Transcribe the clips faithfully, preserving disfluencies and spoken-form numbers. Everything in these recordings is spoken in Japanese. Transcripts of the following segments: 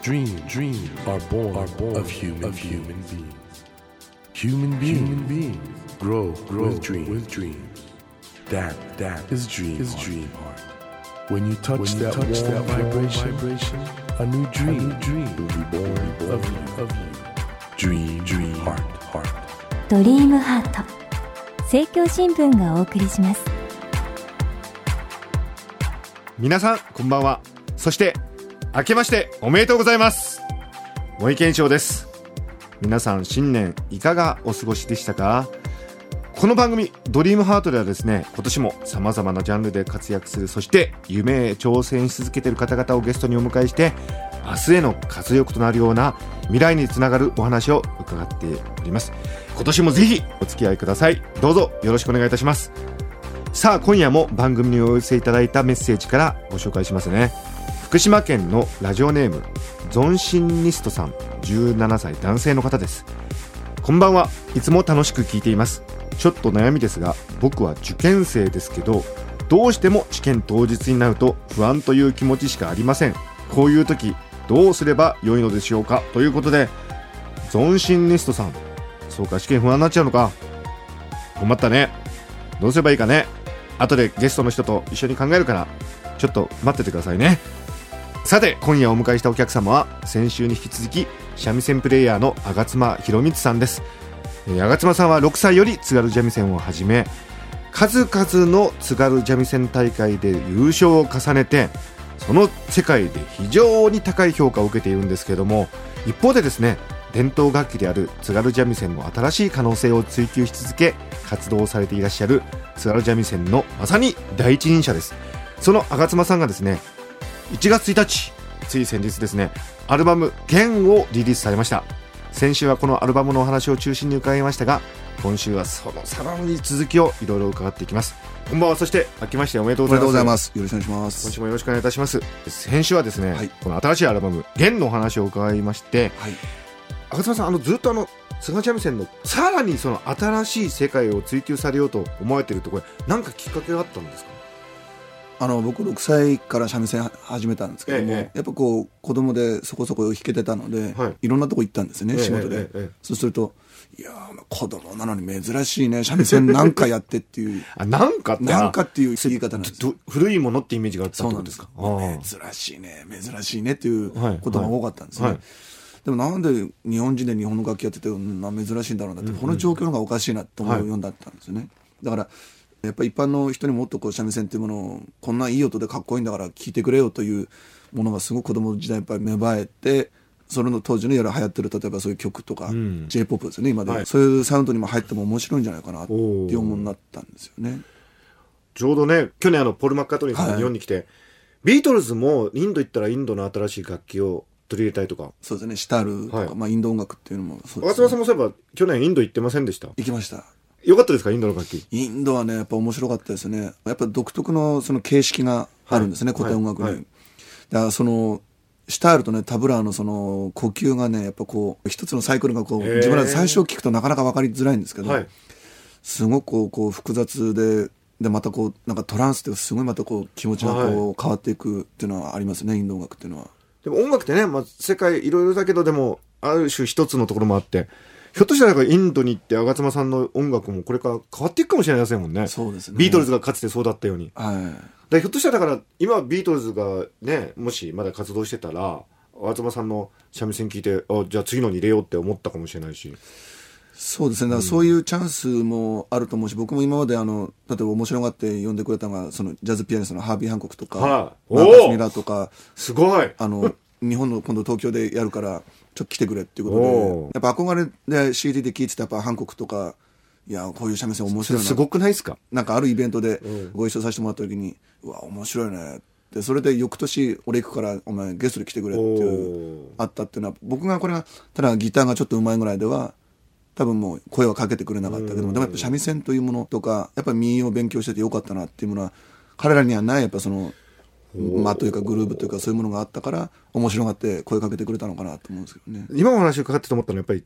Dreams, dreams are born, are born of human, of human beings. Human beings, human beings grow, grow with dreams. With dreams. That, that is dream, is dream heart. When you touch, when you that, touch warm that vibration, vibration, a new dream, a new dream will be born, will be born of you, of you. Dream, dream heart, heart. ドリームハート。政教新聞がお送りします。 皆さんこんばんは。そして明けましておめでとうございます。森健翔です。皆さん新年いかがお過ごしでしたか？この番組ドリームハートではですね、今年も様々なジャンルで活躍する、そして夢へ挑戦し続けている方々をゲストにお迎えして、明日への活力となるような未来につながるお話を伺っております。今年もぜひお付き合いください。どうぞよろしくお願いいたします。さあ今夜も番組にお寄せいただいたメッセージからご紹介しますね。福島県のラジオネームゾンシンニストさん、じゅうななさい男性の方です。こんばんは。いつも楽しく聞いています。ちょっと悩みですが、僕は受験生ですけど、どうしても試験当日になると不安という気持ちしかありません。こういう時どうすれば良いのでしょうか、ということで、ゾンシンニストさん、そうか、試験不安になっちゃうのか。困ったね。どうすればいいかね。後でゲストの人と一緒に考えるから、ちょっと待っててくださいね。さて今夜お迎えしたお客様は、先週に引き続き三味線プレイヤーの吾妻博光さんです。吾妻さんはろくさいより津軽三味線をはじめ、数々の津軽三味線大会で優勝を重ねて、その世界で非常に高い評価を受けているんですけれども、一方でですね、伝統楽器である津軽三味線の新しい可能性を追求し続け活動されていらっしゃる津軽三味線のまさに第一人者です。その吾妻さんがですね、いちがつついたち、つい先日ですね、アルバム弦をリリースされました。先週はこのアルバムのお話を中心に伺いましたが、今週はそのさらに続きをいろいろ伺っていきます。こんばんは。そして明けましておめでとうございます。 おめでとうございます。よろしくお願いします。 今週もよろしくお願いいたします。先週はですね、はい、この新しいアルバム弦のお話を伺いまして、はい、吾妻さん、あのずっとあの津軽三味線のさらにその新しい世界を追求されようと思われていると、これ何かきっかけがあったんですか？ あの僕ろくさいから三味線始めたんですけども、ええ、やっぱこう子供でそこそこ弾けてたので、はい、いろんなとこ行ったんですよね、え、仕事で、えええ、そうすると、いや子供なのに珍しいね、三味線なんかやってっていうあ、なんかってなんかっていう言い方なんです。 古いものってイメージがあったってことですか？ 珍しいね珍しいねっていうことが多かったんですね、はいはいはい。でもなんで日本人で日本の楽器やってて、うん、珍しいんだろうなって、うんうん、この状況の方がおかしいなと思うようになったんですよね、はい。だからやっぱり一般の人にもっとこう三味線っていうものを、こんないい音でかっこいいんだから聴いてくれよというものがすごく子供時代やっぱり芽生えて、それの当時のやら流行ってる例えばそういう曲とか、うん、J-ポップ ですよね今で、はい、そういうサウンドにも入っても面白いんじゃないかなっていう思いになったんですよね。 ちょうどね、去年あのポール・マッカートニーさんが日本に来て、はい、ビートルズもインド行ったらインドの新しい楽器を取り入れたいとか、 そうですね、シタールとか、はい、まあ、インド音楽っていうのもそうですね。 吾妻さんもそういえば去年インド行ってませんでした？ 行きました。 よかったですか？インドの楽器。 インドはねやっぱ面白かったですね。やっぱ独特のその形式があるんですね、はい、古典音楽に、はいはい、だからそのシタールとねタブラーのその呼吸がねやっぱこう一つのサイクルがこう自分らで最初聞くとなかなか分かりづらいんですけど、はい、すごくこう、こう複雑ででまたこうなんかトランスってすごいまたこう気持ちがこう変わっていくっていうのはありますね、インド音楽っていうのは。 でも音楽ってね、まあ、世界いろいろだけど、でもある種一つのところもあって、ひょっとしたらインドに行って吾妻さんの音楽もこれから変わっていくかもしれませんもんね。 そうですね。 ビートルズがかつてそうだったように、 はい、 でひょっとしたらだから今ビートルズがねもしまだ活動してたら吾妻さんの三味線聞いて、あじゃあ次のに入れようって思ったかもしれないし。 そうですね、だからそういうチャンスもあると思うし、うん、僕も今まであの例えば面白がって呼んでくれたのがそのジャズピアニストのハービー・ハンコックとか、 はあ、マーカス・ミラーとか、 すごいあの日本の今度東京でやるからちょっと来てくれっていうことで、やっぱ憧れで シーディー で聴いてたやっぱハンコックとか、いやこういう三味線面白いな、 すごくないですか？なんかあるイベントでご一緒させてもらった時に、うわ面白いねって、それで翌年俺行くからお前ゲストで来てくれっていうあったっていうのは、僕がこれがただギターがちょっと上手いぐらいでは多分もう声はかけてくれなかったけども、でもやっぱ三味線というものとかやっぱり民謡を勉強しててよかったなっていうものは彼らにはないやっぱその間というかグルーブというかそういうものがあったから面白がって声かけてくれたのかなと思うんですけどね。 今の話を伺ってと思ったのはやっぱりその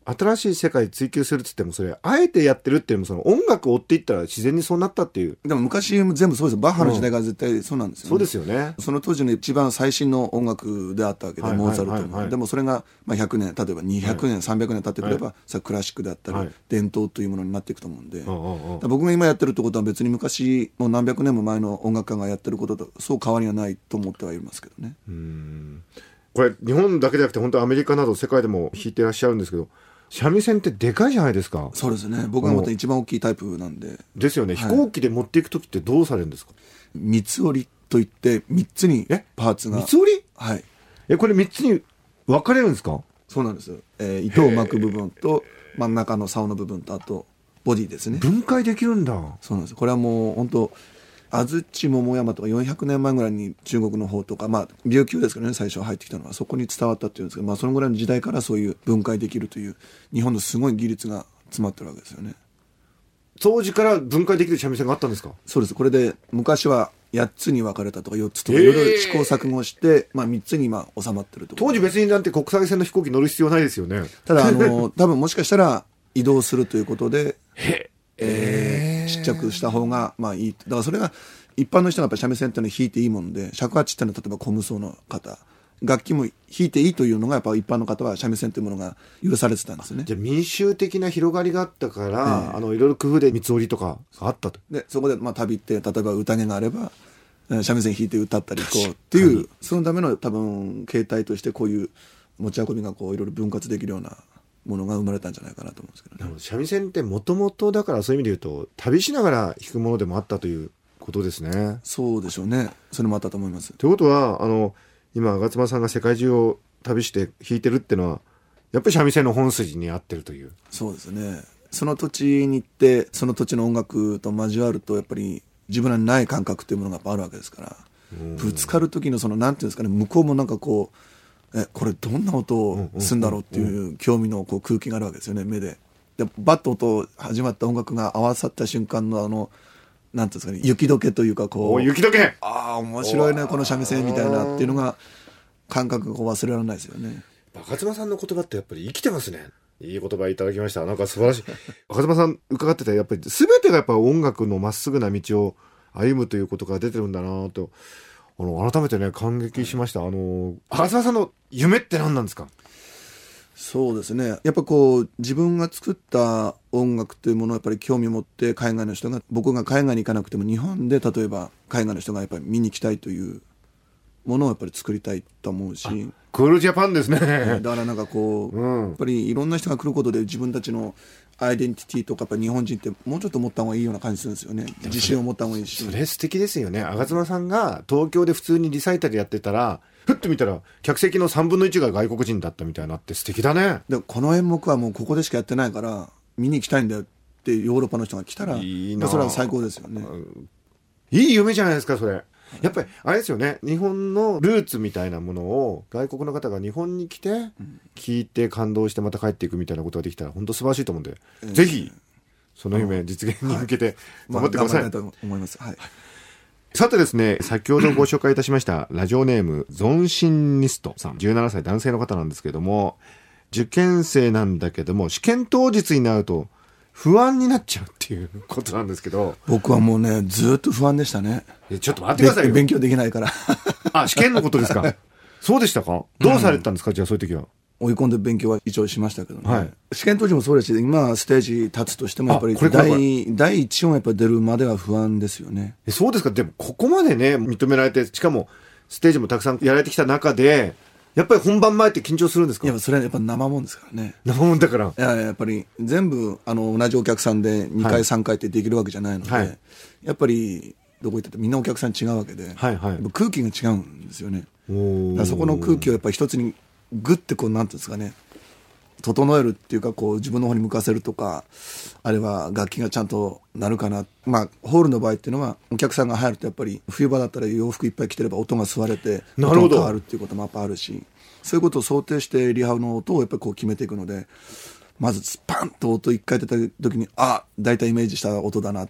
新しい世界追求するっつっても、それあえてやってるっていうのも、その音楽を追っていったら自然にそうなったっていう。 でも昔も全部そうです。バッハの時代が絶対そうなんですよね、 うん、そうですよね。 その当時の一番最新の音楽であったわけで、はいはいはいはい、モーツァルトも。でもそれがまあひゃくねん、例えばにひゃくねん、はい、さんびゃくねん経ってくれば、はい、それクラシックであったり、はい、伝統というものになっていくと思うんで、はい、僕が今やってるってことは別に昔もう何百年も前の音楽家がやってることとそう変わりはないと思ってはいますけどね。 うーん、これ日本だけじゃなくて本当アメリカなど世界でも弾いてらっしゃるんですけど、三味線ってでかいじゃないですか。 そうですね。僕はまた一番大きいタイプなんで。 ですよね、はい、飛行機で持っていくときってどうされるんですか。 三つ折りといってみっつにパーツが。 三つ折り。 はい。 え、これみっつに分かれるんですか。 そうなんです。えー、糸を巻く部分と真ん中の竿の部分とあとボディですね。 分解できるんだ。 そうなんです。これはもう本当安土桃山とかよんひゃくねんまえぐらいに中国の方とか、まあ琉球ですからね、最初入ってきたのはそこに伝わったっていうんですけど、まあそのぐらいの時代からそういう分解できるという日本のすごい技術が詰まってるわけですよね。 当時から分解できる三味線があったんですか。 そうです。これで昔はやっつに分かれたとかよっつとかいろいろ試行錯誤して、えー、まあみっつに今収まってると。 当時別になんて国際線の飛行機乗る必要ないですよね。 ただあの多分もしかしたら移動するということで、えー、ちっちゃくした方がまあいい。だからそれが一般の人がやっぱり三味線っていうのは弾いていいもんで、尺八っていうのは例えば小無双の方、楽器も弾いていいというのがやっぱ一般の方は三味線というものが許されてたんですね。 じゃあ民衆的な広がりがあったから、えー、あのいろいろ工夫で三つ折りとかあったと。 でそこでまあ旅って例えば宴があれば三味線弾いて歌ったりこうっていうそのための多分形態としてこういう持ち運びがこういろいろ分割できるようなものが生まれたんじゃないかなと思うんですけどね。 三味線ってもともとだからそういう意味で言うと旅しながら弾くものでもあったということですね。 そうでしょうね。それもあったと思います。 ということはあの今吾妻さんが世界中を旅して弾いてるっていうのはやっぱり三味線の本筋に合ってるという。 そうですね。その土地に行ってその土地の音楽と交わるとやっぱり自分らにない感覚っていうものがやっぱあるわけですから、ぶつかる時のそのなんていうんですかね、向こうもなんかこうえこれどんな音をするんだろうっていう興味のこう空気があるわけですよね。目ででバッと音始まった音楽が合わさった瞬間のあのなんていうんですかね、雪解けというかこう雪解けああ面白いねこの三味線みたいなっていうのが感覚がこう忘れられないですよね。 吾妻さんの言葉ってやっぱり生きてますね。いい言葉いただきました。なんか素晴らしい吾妻さん伺っててやっぱり全てがやっぱ音楽のまっすぐな道を歩むということが出てるんだなとあの改めてね感激しました。あの吾妻さんの夢って何なんですか。 そうですね、やっぱこう自分が作った音楽というものをやっぱり興味を持って海外の人が僕が海外に行かなくても日本で例えば海外の人がやっぱり見に来たいというものをやっぱり作りたいと思うし、 クールジャパンですね。 だからなんかこう、 うん、 やっぱりいろんな人が来ることで自分たちのアイデンティティとかやっぱ日本人ってもうちょっと持った方がいいような感じするんですよね。自信を持った方がいいし。 それ素敵ですよね。吾妻さんが東京で普通にリサイタルやってたらふっと見たら客席のさんぶんのいちが外国人だったみたいになって素敵だね。 でこの演目はもうここでしかやってないから見に行きたいんだよってヨーロッパの人が来たらいいな、それは最高ですよね。 いい夢じゃないですかそれ。やっぱりあれですよね、日本のルーツみたいなものを外国の方が日本に来て聞いて感動してまた帰っていくみたいなことができたら本当素晴らしいと思うんで、えー、ぜひその夢実現に向けて頑張ってください。 まあ、頑張りたいと思います、はい、 さてですね、先ほどご紹介いたしましたラジオネームゾンシンニストさん、じゅうななさい男性の方なんですけども、受験生なんだけども試験当日になると不安になっちゃうっていうことなんですけど、 僕はもうねずっと不安でしたね。 ちょっと待ってくださいよ。 勉強できないからあ、試験のことですかそうでしたか。どうされたんですか、うん、じゃあそういう時は。 追い込んで勉強は一応しましたけどね、 はい、 試験当時もそうですし今ステージ立つとしてもやっぱり第第一音やっぱり出るまでは不安ですよね。 え、そうですか。でもここまでね認められて、しかもステージもたくさんやられてきた中でやっぱり本番前って緊張するんですか。 いやそれはやっぱ生もんですからね。 生もんだから。 いややっぱり全部あの同じお客さんでにかい、はい、さんかいってできるわけじゃないので、はい、やっぱりどこ行ったってみんなお客さん違うわけで、 はいはい、 空気が違うんですよね。だからそこの空気をやっぱり一つにグッてこうなんていうんですかね、整えるっていうかこう自分の方に向かせるとか、あれは楽器がちゃんと鳴るかな。まあホールの場合っていうのはお客さんが入るとやっぱり冬場だったら洋服いっぱい着てれば音が吸われて音が変わるっていうこともやっぱあるし、そういうことを想定してリハの音をやっぱりこう決めていくので、まずスパンと音いっかい出た時にあ大体イメージした音だなっ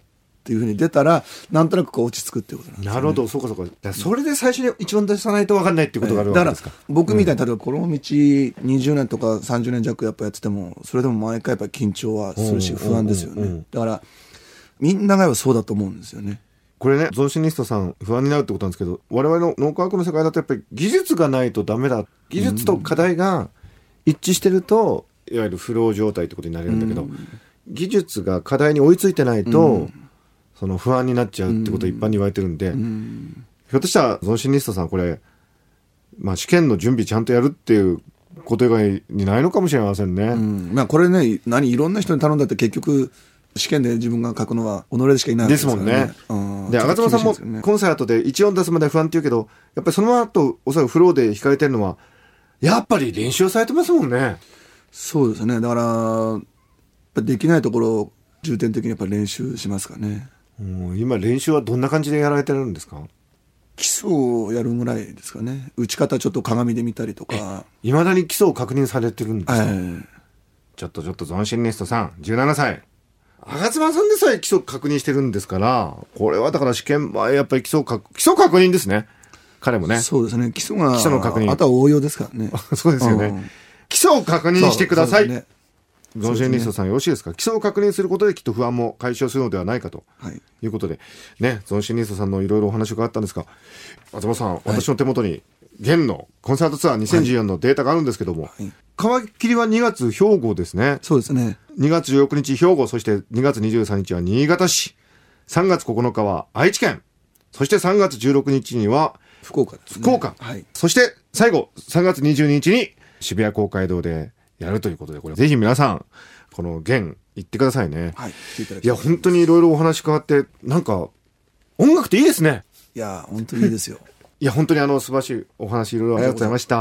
っていうふうに出たらなんとなくこう落ち着くっていうことなんですよね。 なるほど、そうかそうか。だからそれで最初に一番出さないと分かんないっていうことがあるわけですか。 だから僕みたいに例えばこの道にじゅうねんとかさんじゅうねん弱やっぱやっててもそれでも毎回やっぱ緊張はするし不安ですよね。だからみんながそうだと思うんですよね。 これね、ゾーシニストさん不安になるってことなんですけど、我々の脳科学の世界だとやっぱり技術がないとダメだ、技術と課題が一致してるといわゆるフロー状態ってことになれるんだけど、技術が課題に追いついてないとその不安になっちゃうってことを一般に言われてるんで、ひょっとしたらゾーシニストさんこれ、まあ、試験の準備ちゃんとやるっていうこと以外にないのかもしれませんね。 うん、まあ、これね、何いろんな人に頼んだって結局試験で自分が書くのは己でしかいないわけですからね。 ですもんね。で、吾妻さんもコンサートでいち音出すまで不安って言うけど、やっぱりその後おそらくフローで弾かれてるのはやっぱり練習されてますもんね。 そうですね。だからやっぱできないところを重点的にやっぱり練習しますかね。 もう今練習はどんな感じでやられてるんですか？ 基礎をやるぐらいですかね。打ち方ちょっと鏡で見たりとか。 いまだに基礎を確認されてるんですか？ えー、 ちょっとちょっとゾンシンネストさんじゅうななさい、吾妻さんでさえ基礎確認してるんですから、これはだから試験前やっぱり基礎確基礎確認ですね。彼もね。 そうですね。基礎が基礎の確認、 あとは応用ですからね。 そうですよね、うん、基礎を確認してください。 ね、 ゾンシンネストさんよろしいですか？基礎を確認することできっと不安も解消するのではないかということで、はい、ね、ゾンシンネストさんのいろいろお話を伺ったんですが、吾妻さん、はい、私の手元に現のコンサートツアーにせんじゅうよんのデータがあるんですけども、はいはい、皮切りはにがつ兵庫ですね。 そうですね。 にがつじゅうよっか兵庫、そしてにがつにじゅうさんにちは新潟市、さんがつここのかは愛知県、そしてさんがつじゅうろくにちには福岡ですね。 福岡、はい、そして最後さんがつにじゅうににちに渋谷公会堂でやるということで、これぜひ皆さんこの弦行ってくださいね。 はい、 いや本当にいろいろお話変わって、なんか音楽っていいですね。 いや本当にいいですよ。 いや本当にあの素晴らしいお話いろいろありがとうございました。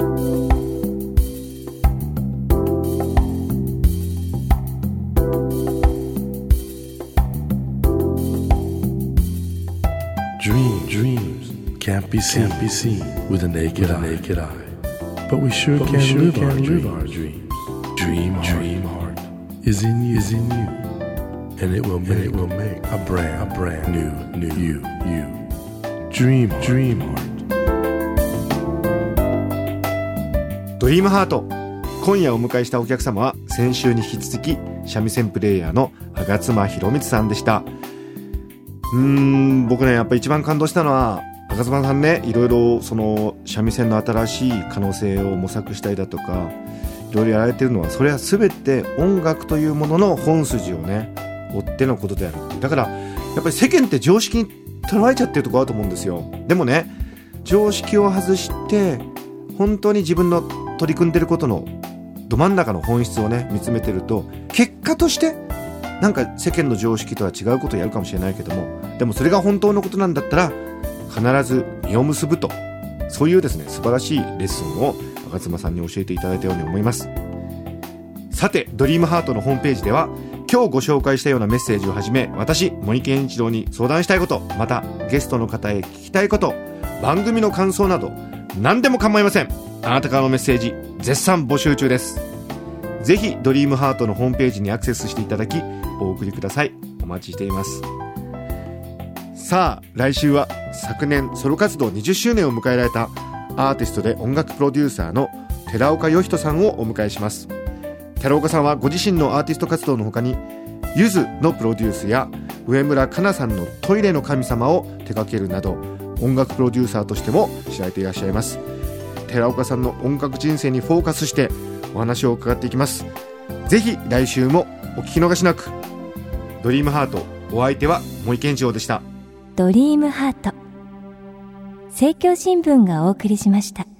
Dream, dreams can't be seen, can't be seen with a naked, with a naked eye. eye. But we sure but can, we sure live, can our live our dreams. Dream, dream heart is in you, is in you, and it will make, and it will make a brand, a brand new, new you, you. Dream, dream heart. ドリームハート。今夜お迎えしたお客様は先週に引き続き三味線プレイヤーの吾妻弘光さんでした。うーん僕ねやっぱり一番感動したのは、吾妻さんね、いろいろその三味線の新しい可能性を模索したりだとかいろいろやられてるのは、それは全て音楽というものの本筋をね追ってのことであるっていう。だからやっぱり世間って常識に捉えちゃってるところあると思うんですよ。でもね、常識を外して本当に自分の取り組んでることのど真ん中の本質をね見つめてると、結果としてなんか世間の常識とは違うことをやるかもしれないけども、でもそれが本当のことなんだったら必ず実を結ぶと、そういうですね素晴らしいレッスンを吾妻さんに教えていただいたように思います。さてドリームハートのホームページでは今日ご紹介したようなメッセージをはじめ、私森健一郎に相談したいこと、またゲストの方へ聞きたいこと、番組の感想など何でも構いません。あなたからのメッセージ絶賛募集中です。ぜひドリームハートのホームページにアクセスしていただきお送りください。お待ちしています。さあ来週は昨年ソロ活動にじゅっしゅうねんを迎えられたアーティストで音楽プロデューサーの寺岡義人さんをお迎えします。寺岡さんはご自身のアーティスト活動の他にゆずのプロデュースや上村かなさんのトイレの神様を手掛けるなど音楽プロデューサーとしても知られていらっしゃいます。寺岡さんの音楽人生にフォーカスしてお話を伺っていきます。ぜひ来週もお聞き逃しなく。ドリームハート、お相手は森健一郎でした。 ドリームハート、政教新聞がお送りしました。